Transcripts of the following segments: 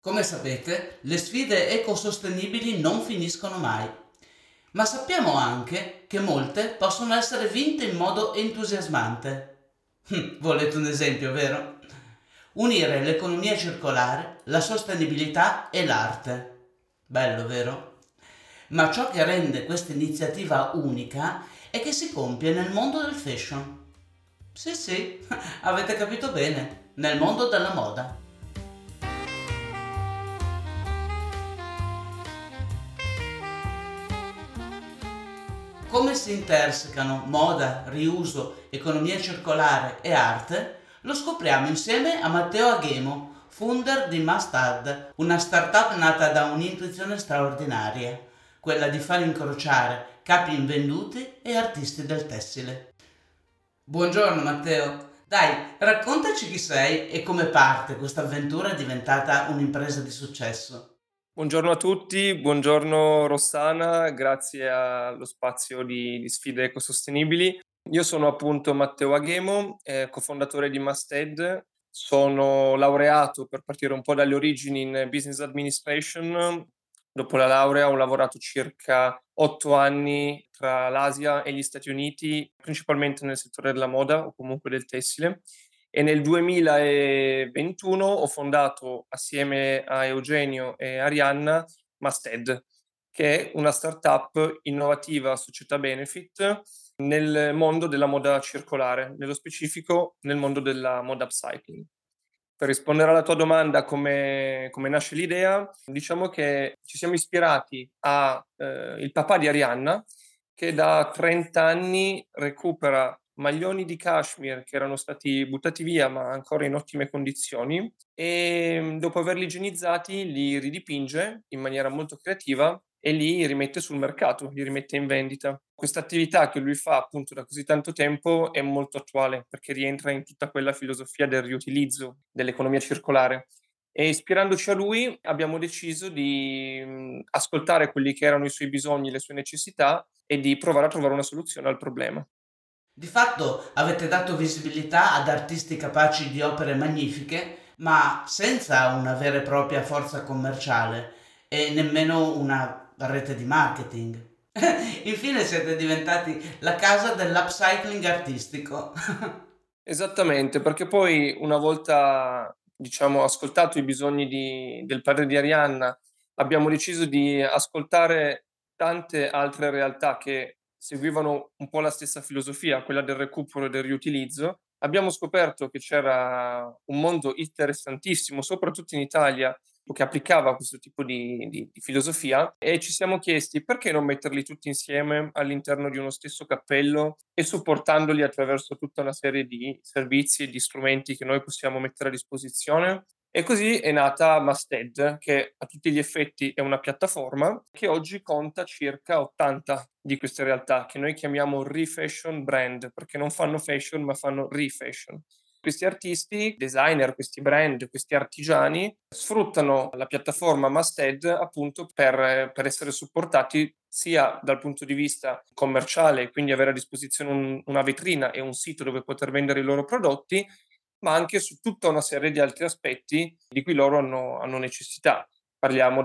Come sapete, le sfide ecosostenibili non finiscono mai, ma sappiamo anche che molte possono essere vinte in modo entusiasmante. Volete un esempio, vero? Unire l'economia circolare, la sostenibilità e l'arte. Bello, vero? Ma ciò che rende questa iniziativa unica è che si compie nel mondo del fashion. Sì, sì, avete capito bene, nel mondo della moda. Come si intersecano moda, riuso, economia circolare e arte, lo scopriamo insieme a Matteo Aghemo, founder di Mustad, una startup nata da un'intuizione straordinaria, quella di far incrociare capi invenduti e artisti del tessile. Buongiorno Matteo, dai, raccontaci chi sei e come parte questa avventura diventata un'impresa di successo. Buongiorno a tutti, buongiorno Rossana, grazie allo spazio di sfide ecosostenibili. Io sono appunto Matteo Aghemo, cofondatore di Masted, sono laureato per partire un po' dalle origini in Business Administration. Dopo la laurea ho lavorato circa 8 anni tra l'Asia e gli Stati Uniti, principalmente nel settore della moda o comunque del tessile e nel 2021 ho fondato assieme a Eugenio e Arianna Masted, che è una startup innovativa a società benefit nel mondo della moda circolare, nello specifico nel mondo della moda upcycling. Per rispondere alla tua domanda come nasce l'idea, diciamo che ci siamo ispirati a il papà di Arianna, che da 30 anni recupera maglioni di cashmere che erano stati buttati via ma ancora in ottime condizioni e dopo averli igienizzati li ridipinge in maniera molto creativa e li rimette sul mercato, li rimette in vendita. Questa attività che lui fa appunto da così tanto tempo è molto attuale perché rientra in tutta quella filosofia del riutilizzo, dell'economia circolare. E ispirandoci a lui abbiamo deciso di ascoltare quelli che erano i suoi bisogni, le sue necessità e di provare a trovare una soluzione al problema. Di fatto avete dato visibilità ad artisti capaci di opere magnifiche, ma senza una vera e propria forza commerciale e nemmeno una rete di marketing. Infine siete diventati la casa dell'upcycling artistico. Esattamente, perché poi una volta, diciamo, ascoltato i bisogni del padre di Arianna, abbiamo deciso di ascoltare tante altre realtà che seguivano un po' la stessa filosofia, quella del recupero e del riutilizzo. Abbiamo scoperto che c'era un mondo interessantissimo, soprattutto in Italia, che applicava questo tipo di filosofia e ci siamo chiesti perché non metterli tutti insieme all'interno di uno stesso cappello e supportandoli attraverso tutta una serie di servizi e di strumenti che noi possiamo mettere a disposizione. E così è nata Masted, che a tutti gli effetti è una piattaforma che oggi conta circa 80 di queste realtà, che noi chiamiamo refashion brand, perché non fanno fashion ma fanno refashion. Questi artisti, designer, questi brand, questi artigiani sfruttano la piattaforma Masted appunto per essere supportati sia dal punto di vista commerciale, quindi avere a disposizione una vetrina e un sito dove poter vendere i loro prodotti, ma anche su tutta una serie di altri aspetti di cui loro hanno necessità. Parliamo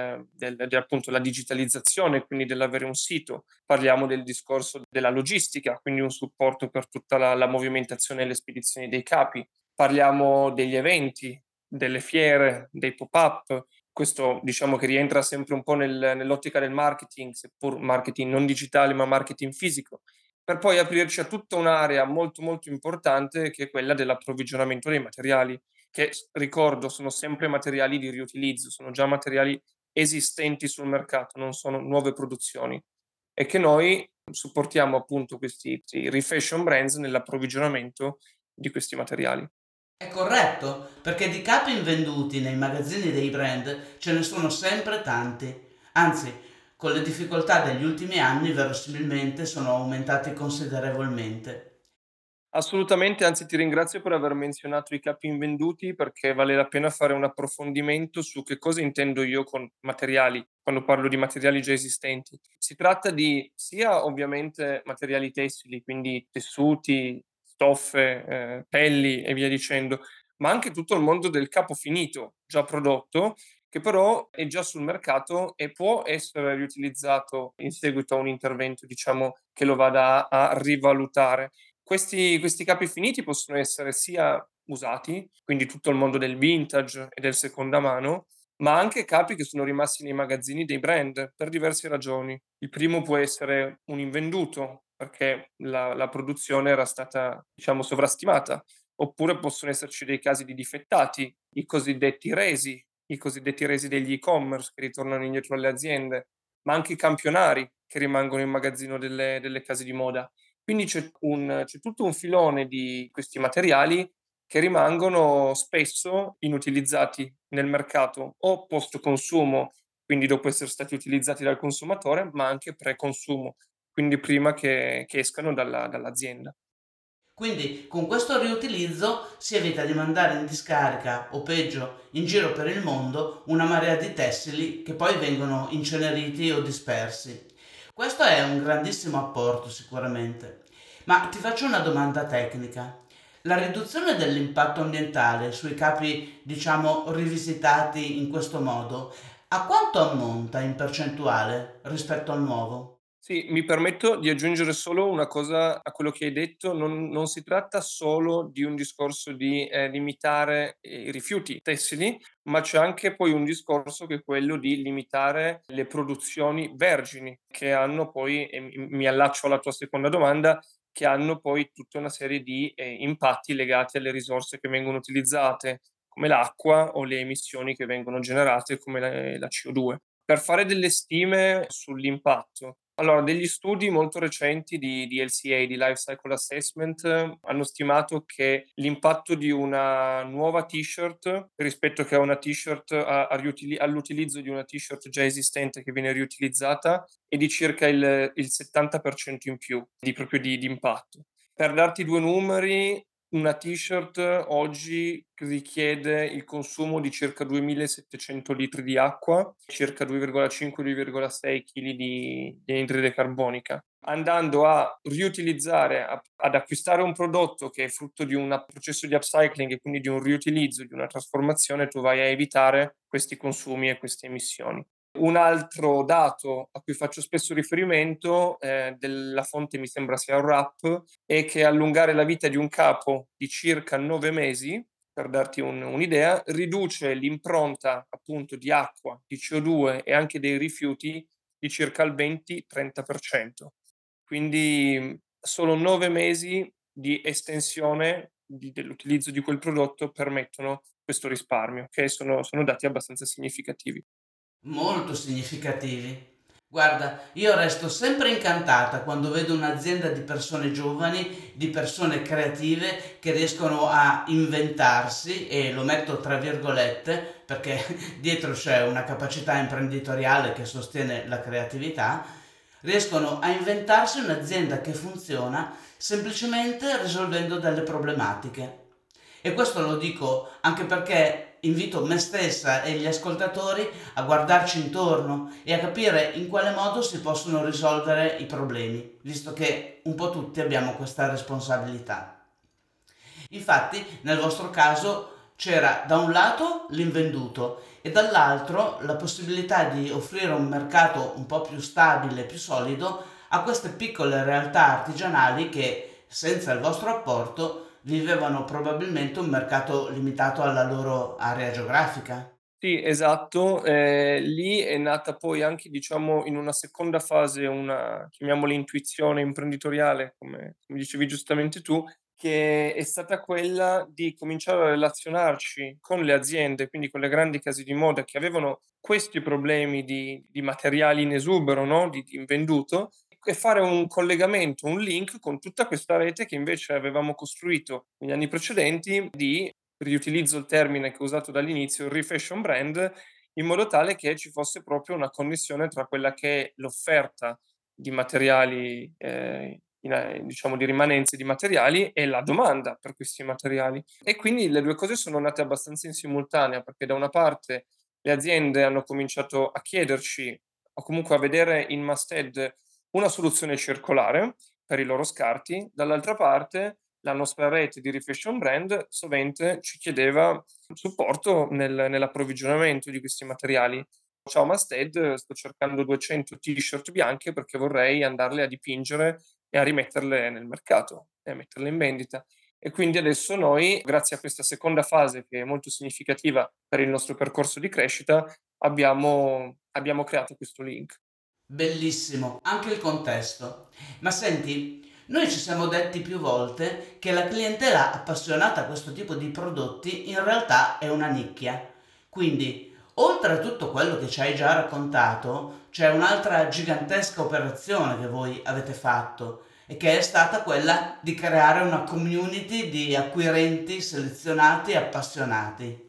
appunto la digitalizzazione, quindi dell'avere un sito, parliamo del discorso della logistica, quindi un supporto per tutta la movimentazione e le spedizioni dei capi, parliamo degli eventi, delle fiere, dei pop-up. Questo diciamo che rientra sempre un po' nell'ottica del marketing, seppur marketing non digitale ma marketing fisico, per poi aprirci a tutta un'area molto molto importante che è quella dell'approvvigionamento dei materiali, che ricordo sono sempre materiali di riutilizzo, sono già materiali esistenti sul mercato, non sono nuove produzioni e che noi supportiamo appunto questi refashion brands nell'approvvigionamento di questi materiali. È corretto, perché di capi invenduti nei magazzini dei brand ce ne sono sempre tanti. Anzi, con le difficoltà degli ultimi anni verosimilmente sono aumentati considerevolmente. Assolutamente, anzi ti ringrazio per aver menzionato i capi invenduti perché vale la pena fare un approfondimento su che cosa intendo io con materiali, quando parlo di materiali già esistenti. Si tratta di sia ovviamente materiali tessili, quindi tessuti, stoffe, pelli e via dicendo, ma anche tutto il mondo del capo finito, già prodotto, che però è già sul mercato e può essere riutilizzato in seguito a un intervento, diciamo, che lo vada a rivalutare. Questi capi finiti possono essere sia usati, quindi tutto il mondo del vintage e del seconda mano, ma anche capi che sono rimasti nei magazzini dei brand per diverse ragioni. Il primo può essere un invenduto, perché la produzione era stata, diciamo, sovrastimata, oppure possono esserci dei casi di difettati, i cosiddetti resi degli e-commerce che ritornano indietro alle aziende, ma anche i campionari che rimangono in magazzino delle case di moda. Quindi c'è tutto un filone di questi materiali che rimangono spesso inutilizzati nel mercato o post consumo, quindi dopo essere stati utilizzati dal consumatore, ma anche pre-consumo, quindi prima che escano dall'azienda. Quindi con questo riutilizzo si evita di mandare in discarica o peggio in giro per il mondo una marea di tessili che poi vengono inceneriti o dispersi. Questo è un grandissimo apporto sicuramente. Ma ti faccio una domanda tecnica. La riduzione dell'impatto ambientale sui capi, diciamo, rivisitati in questo modo, a quanto ammonta in percentuale rispetto al nuovo? Sì, mi permetto di aggiungere solo una cosa a quello che hai detto: non si tratta solo di un discorso di, limitare i rifiuti tessili, ma c'è anche poi un discorso che è quello di limitare le produzioni vergini, che hanno poi e mi allaccio alla tua seconda domanda, che hanno poi tutta una serie di, impatti legati alle risorse che vengono utilizzate, come l'acqua o le emissioni che vengono generate come la CO2. Per fare delle stime sull'impatto, allora, degli studi molto recenti di LCA, di Life Cycle Assessment, hanno stimato che l'impatto di una nuova t-shirt rispetto che a una t-shirt all'utilizzo di una t-shirt già esistente che viene riutilizzata è di circa il 70% in più di impatto. Per darti due numeri, una t-shirt oggi richiede il consumo di circa 2700 litri di acqua, circa 2,5-2,6 kg di anidride carbonica. Andando a riutilizzare, ad acquistare un prodotto che è frutto di un processo di upcycling e quindi di un riutilizzo, di una trasformazione, tu vai a evitare questi consumi e queste emissioni. Un altro dato a cui faccio spesso riferimento, della fonte mi sembra sia Wrap, è che allungare la vita di un capo di circa 9 mesi, per darti un'idea, riduce l'impronta appunto di acqua, di CO2 e anche dei rifiuti di circa il 20-30%. Quindi solo 9 mesi di estensione dell'utilizzo di quel prodotto permettono questo risparmio, che sono dati abbastanza significativi. Molto significativi. Guarda, io resto sempre incantata quando vedo un'azienda di persone giovani, di persone creative che riescono a inventarsi, e lo metto tra virgolette perché dietro c'è una capacità imprenditoriale che sostiene la creatività, riescono a inventarsi un'azienda che funziona semplicemente risolvendo delle problematiche. E questo lo dico anche perché invito me stessa e gli ascoltatori a guardarci intorno e a capire in quale modo si possono risolvere i problemi, visto che un po' tutti abbiamo questa responsabilità. Infatti, nel vostro caso c'era da un lato l'invenduto e dall'altro la possibilità di offrire un mercato un po' più stabile, più solido a queste piccole realtà artigianali che, senza il vostro apporto, vivevano probabilmente un mercato limitato alla loro area geografica. Sì, esatto. Lì è nata poi anche, diciamo, in una seconda fase una, chiamiamola intuizione imprenditoriale, come dicevi giustamente tu, che è stata quella di cominciare a relazionarci con le aziende, quindi con le grandi case di moda che avevano questi problemi di materiali in esubero, no, di invenduto, e fare un collegamento, un link con tutta questa rete che invece avevamo costruito negli anni precedenti di riutilizzo il termine che ho usato dall'inizio, il refashion brand, in modo tale che ci fosse proprio una connessione tra quella che è l'offerta di materiali, diciamo di rimanenze di materiali e la domanda per questi materiali. E quindi le 2 cose sono nate abbastanza in simultanea, perché da una parte le aziende hanno cominciato a chiederci o comunque a vedere in Masted una soluzione circolare per i loro scarti, dall'altra parte la nostra rete di refashion brand sovente ci chiedeva supporto nell'approvvigionamento di questi materiali. Ciao Masted, sto cercando 200 t-shirt bianche perché vorrei andarle a dipingere e a rimetterle nel mercato e a metterle in vendita. E quindi adesso noi, grazie a questa seconda fase che è molto significativa per il nostro percorso di crescita, abbiamo creato questo link. Bellissimo, anche il contesto. Ma senti, noi ci siamo detti più volte che la clientela appassionata a questo tipo di prodotti in realtà è una nicchia. Quindi, oltre a tutto quello che ci hai già raccontato, c'è un'altra gigantesca operazione che voi avete fatto e che è stata quella di creare una community di acquirenti selezionati e appassionati.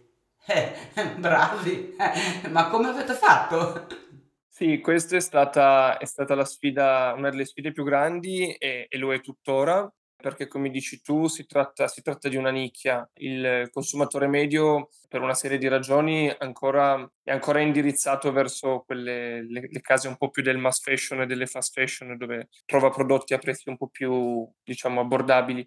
Bravi! Ma come avete fatto? Sì, questa è stata la sfida, una delle sfide più grandi e lo è tuttora, perché come dici tu si tratta di una nicchia. Il consumatore medio, per una serie di ragioni, è ancora indirizzato verso quelle le case un po' più del mass fashion e delle fast fashion, dove trova prodotti a prezzi un po' più, diciamo, abbordabili.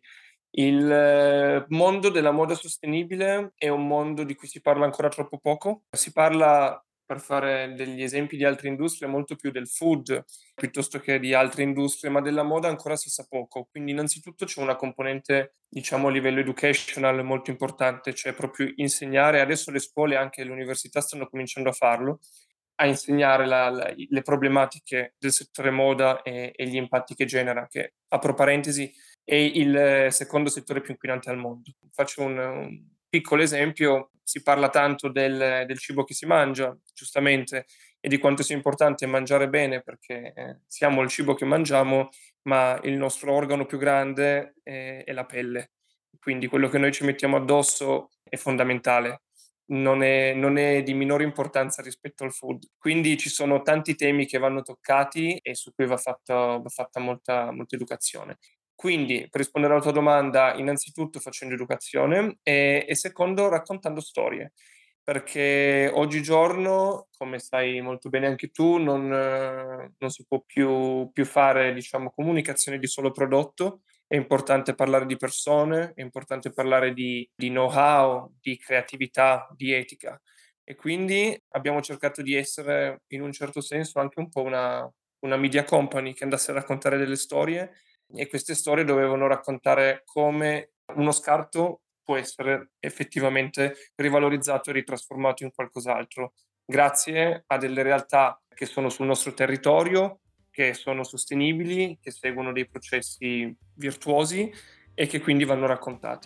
Il mondo della moda sostenibile è un mondo di cui si parla ancora troppo poco. Si parla, per fare degli esempi di altre industrie, molto più del food piuttosto che di altre industrie, ma della moda ancora si sa poco. Quindi innanzitutto c'è una componente, diciamo, a livello educational molto importante, cioè proprio insegnare, adesso le scuole e anche le università stanno cominciando a farlo, a insegnare le problematiche del settore moda e gli impatti che genera, che, apro parentesi, è il secondo settore più inquinante al mondo. Faccio un piccolo esempio: si parla tanto del cibo che si mangia, giustamente, e di quanto sia importante mangiare bene perché siamo il cibo che mangiamo, ma il nostro organo più grande è la pelle. Quindi quello che noi ci mettiamo addosso è fondamentale, non è di minore importanza rispetto al food. Quindi ci sono tanti temi che vanno toccati e su cui va fatta molta educazione. Quindi, per rispondere alla tua domanda, innanzitutto facendo educazione e secondo raccontando storie, perché oggigiorno, come sai molto bene anche tu, non si può più fare, diciamo, comunicazione di solo prodotto. È importante parlare di persone, è importante parlare di know-how, di creatività, di etica. E quindi abbiamo cercato di essere, in un certo senso, anche un po' una media company che andasse a raccontare delle storie, e queste storie dovevano raccontare come uno scarto può essere effettivamente rivalorizzato e ritrasformato in qualcos'altro, grazie a delle realtà che sono sul nostro territorio, che sono sostenibili, che seguono dei processi virtuosi e che quindi vanno raccontati.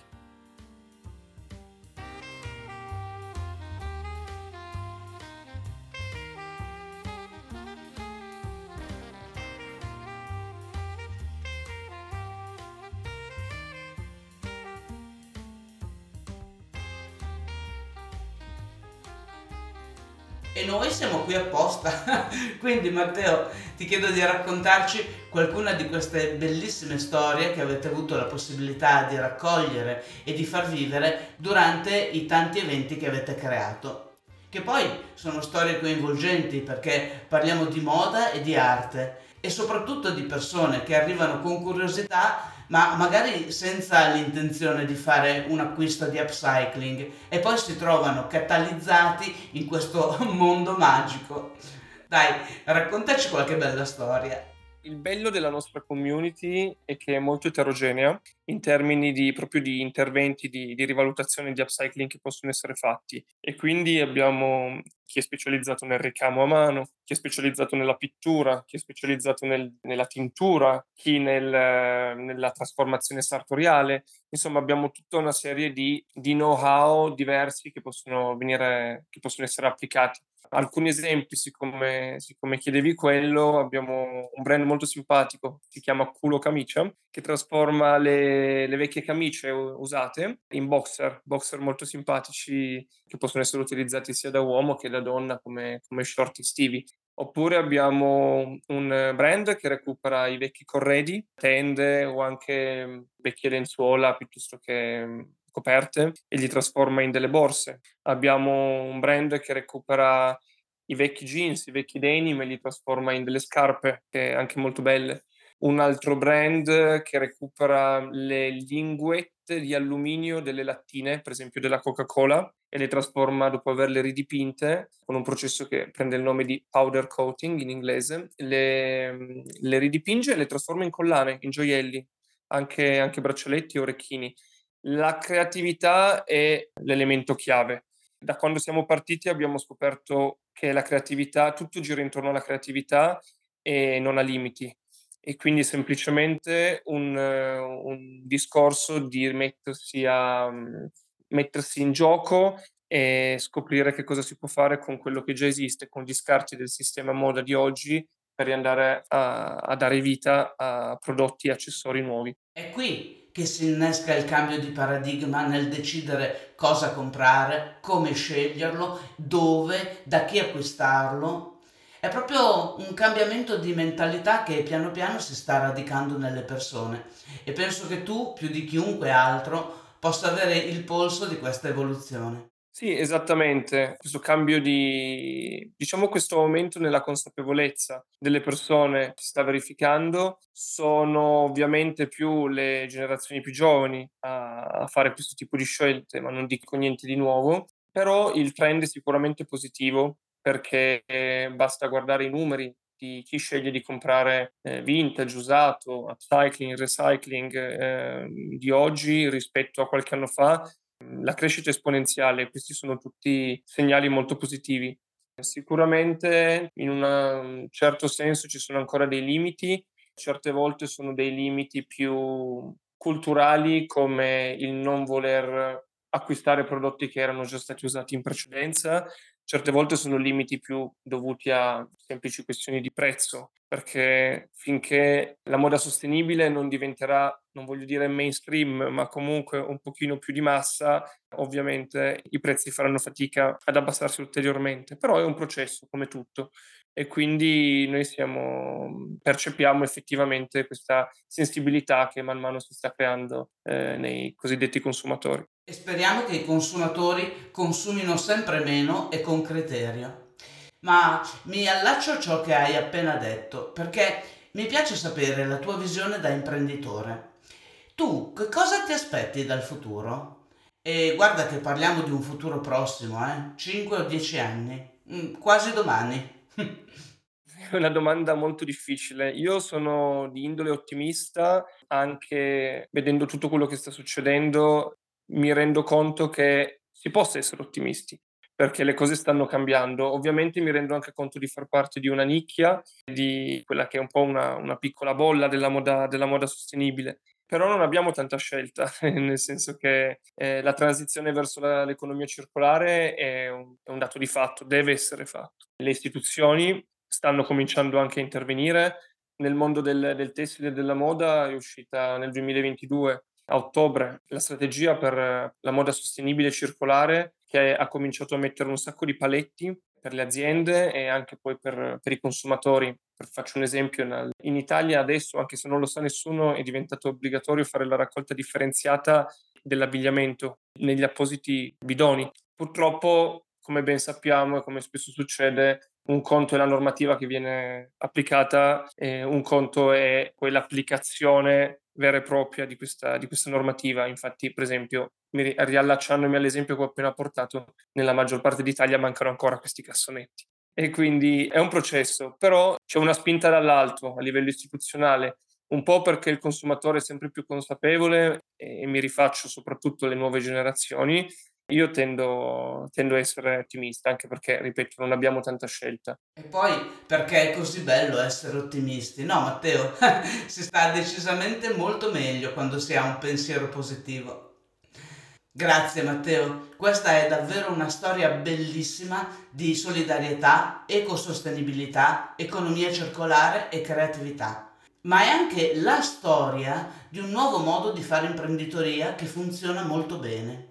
E noi siamo qui apposta. Quindi Matteo, ti chiedo di raccontarci qualcuna di queste bellissime storie che avete avuto la possibilità di raccogliere e di far vivere durante i tanti eventi che avete creato. Che poi sono storie coinvolgenti perché parliamo di moda e di arte e soprattutto di persone che arrivano con curiosità ma magari senza l'intenzione di fare un acquisto di upcycling e poi si trovano catalizzati in questo mondo magico. Dai, raccontaci qualche bella storia. Il bello della nostra community è che è molto eterogenea in termini proprio di interventi di rivalutazione di upcycling che possono essere fatti, e quindi abbiamo chi è specializzato nel ricamo a mano, chi è specializzato nella pittura, chi è specializzato nella tintura, chi nella trasformazione sartoriale. Insomma, abbiamo tutta una serie di know-how diversi che possono essere applicati. Alcuni esempi, siccome chiedevi quello, abbiamo un brand molto simpatico, si chiama Culo Camicia, che trasforma le vecchie camicie usate in boxer molto simpatici che possono essere utilizzati sia da uomo che da donna come short estivi. Oppure abbiamo un brand che recupera i vecchi corredi, tende o anche vecchie lenzuola piuttosto che coperte, e li trasforma in delle borse. Abbiamo un brand che recupera i vecchi jeans, i vecchi denim, e li trasforma in delle scarpe, che anche molto belle. un altro brand che recupera le linguette di alluminio delle lattine, per esempio della Coca-Cola, e le trasforma dopo averle ridipinte con un processo che prende il nome di powder coating in inglese, le ridipinge e le trasforma in collane, in gioielli, anche braccialetti e orecchini. La creatività è l'elemento chiave. Da quando siamo partiti abbiamo scoperto che la creatività, tutto gira intorno alla creatività e non ha limiti. E quindi semplicemente un discorso di mettersi in gioco e scoprire che cosa si può fare con quello che già esiste, con gli scarti del sistema moda di oggi, per riandare a dare vita a prodotti e accessori nuovi. È qui che si innesca il cambio di paradigma nel decidere cosa comprare, come sceglierlo, dove, da chi acquistarlo. È proprio un cambiamento di mentalità che piano piano si sta radicando nelle persone e penso che tu, più di chiunque altro, possa avere il polso di questa evoluzione. Sì, esattamente. Questo cambio diciamo questo aumento nella consapevolezza delle persone che si sta verificando, sono ovviamente più le generazioni più giovani a fare questo tipo di scelte, ma non dico niente di nuovo, però il trend è sicuramente positivo perché basta guardare i numeri di chi sceglie di comprare, vintage, usato, upcycling, recycling, di oggi rispetto a qualche anno fa. La crescita esponenziale, questi sono tutti segnali molto positivi. Sicuramente in un certo senso ci sono ancora dei limiti, certe volte sono dei limiti più culturali, come il non voler acquistare prodotti che erano già stati usati in precedenza, certe volte sono limiti più dovuti a semplici questioni di prezzo, perché finché la moda sostenibile non diventerà, non voglio dire mainstream, ma comunque un pochino più di massa, ovviamente i prezzi faranno fatica ad abbassarsi ulteriormente, però è un processo come tutto e quindi noi percepiamo effettivamente questa sensibilità che man mano si sta creando, nei cosiddetti consumatori. E speriamo che i consumatori consumino sempre meno e con criterio. Ma mi allaccio a ciò che hai appena detto, perché mi piace sapere la tua visione da imprenditore. Tu che cosa ti aspetti dal futuro? E guarda che parliamo di un futuro prossimo, 5 o 10 anni, quasi domani. È una domanda molto difficile. Io sono di indole ottimista, anche vedendo tutto quello che sta succedendo, mi rendo conto che si possa essere ottimisti, perché le cose stanno cambiando. Ovviamente mi rendo anche conto di far parte di una nicchia, di quella che è un po' una piccola bolla della moda sostenibile. Però non abbiamo tanta scelta, nel senso che la transizione verso l'economia circolare è un dato di fatto, deve essere fatto. Le istituzioni stanno cominciando anche a intervenire. Nel mondo del tessile e della moda è uscita nel 2022, a ottobre, la strategia per la moda sostenibile e circolare, che ha cominciato a mettere un sacco di paletti per le aziende e anche poi per i consumatori. Faccio un esempio, in Italia adesso, anche se non lo sa nessuno, è diventato obbligatorio fare la raccolta differenziata dell'abbigliamento negli appositi bidoni. Purtroppo, come ben sappiamo e come spesso succede, un conto è la normativa che viene applicata e un conto è poi l'applicazione vera e propria di questa normativa. Infatti, per esempio, riallacciandomi all'esempio che ho appena portato, nella maggior parte d'Italia mancano ancora questi cassonetti. E quindi è un processo, però c'è una spinta dall'alto a livello istituzionale, un po' perché il consumatore è sempre più consapevole e mi rifaccio soprattutto alle nuove generazioni. Io tendo a essere ottimista, anche perché, ripeto, non abbiamo tanta scelta. E poi perché è così bello essere ottimisti, no Matteo? Si sta decisamente molto meglio quando si ha un pensiero positivo. Grazie Matteo, questa è davvero una storia bellissima di solidarietà, ecosostenibilità, economia circolare e creatività. Ma è anche la storia di un nuovo modo di fare imprenditoria che funziona molto bene.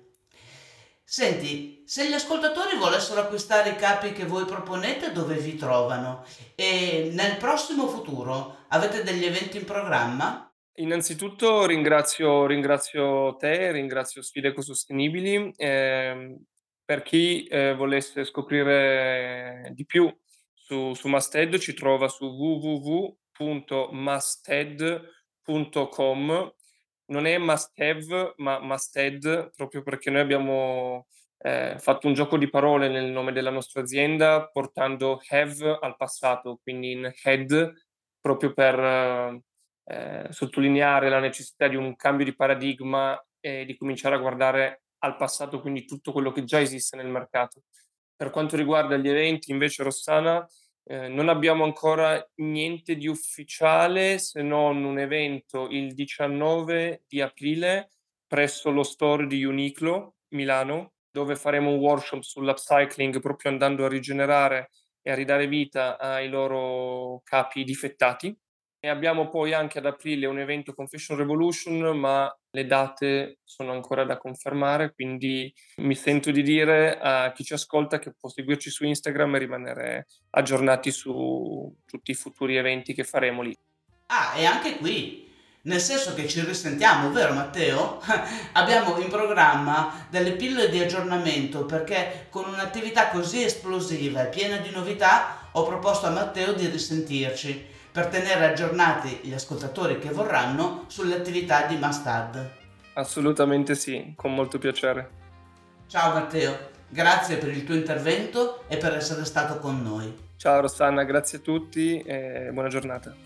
Senti, se gli ascoltatori volessero acquistare i capi che voi proponete, dove vi trovano? E nel prossimo futuro avete degli eventi in programma? Innanzitutto ringrazio te, ringrazio Sfide Ecosostenibili. Per chi, volesse scoprire di più su Masted ci trova su www www.masthead.com. Non è must have, ma masthead, proprio perché noi abbiamo fatto un gioco di parole nel nome della nostra azienda, portando have al passato, quindi in head, proprio per sottolineare la necessità di un cambio di paradigma e di cominciare a guardare al passato, quindi tutto quello che già esiste nel mercato. Per quanto riguarda gli eventi, invece, Rossana, non abbiamo ancora niente di ufficiale, se non un evento il 19 di aprile presso lo store di Uniqlo Milano, dove faremo un workshop sull'upcycling, proprio andando a rigenerare e a ridare vita ai loro capi difettati. E abbiamo poi anche ad aprile un evento con Fashion Revolution, ma le date sono ancora da confermare, quindi mi sento di dire a chi ci ascolta che può seguirci su Instagram e rimanere aggiornati su tutti i futuri eventi che faremo lì. Ah, e anche qui, nel senso che ci risentiamo, vero Matteo? Abbiamo in programma delle pillole di aggiornamento perché con un'attività così esplosiva e piena di novità ho proposto a Matteo di risentirci per tenere aggiornati gli ascoltatori che vorranno sulle attività di Mustad. Assolutamente sì, con molto piacere. Ciao Matteo, grazie per il tuo intervento e per essere stato con noi. Ciao Rossana, grazie a tutti e buona giornata.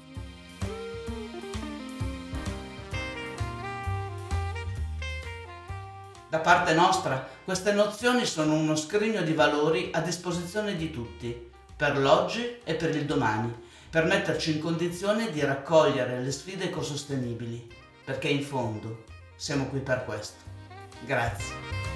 Da parte nostra, queste nozioni sono uno scrigno di valori a disposizione di tutti, per l'oggi e per il domani, per metterci in condizione di raccogliere le sfide ecosostenibili, perché in fondo siamo qui per questo. Grazie.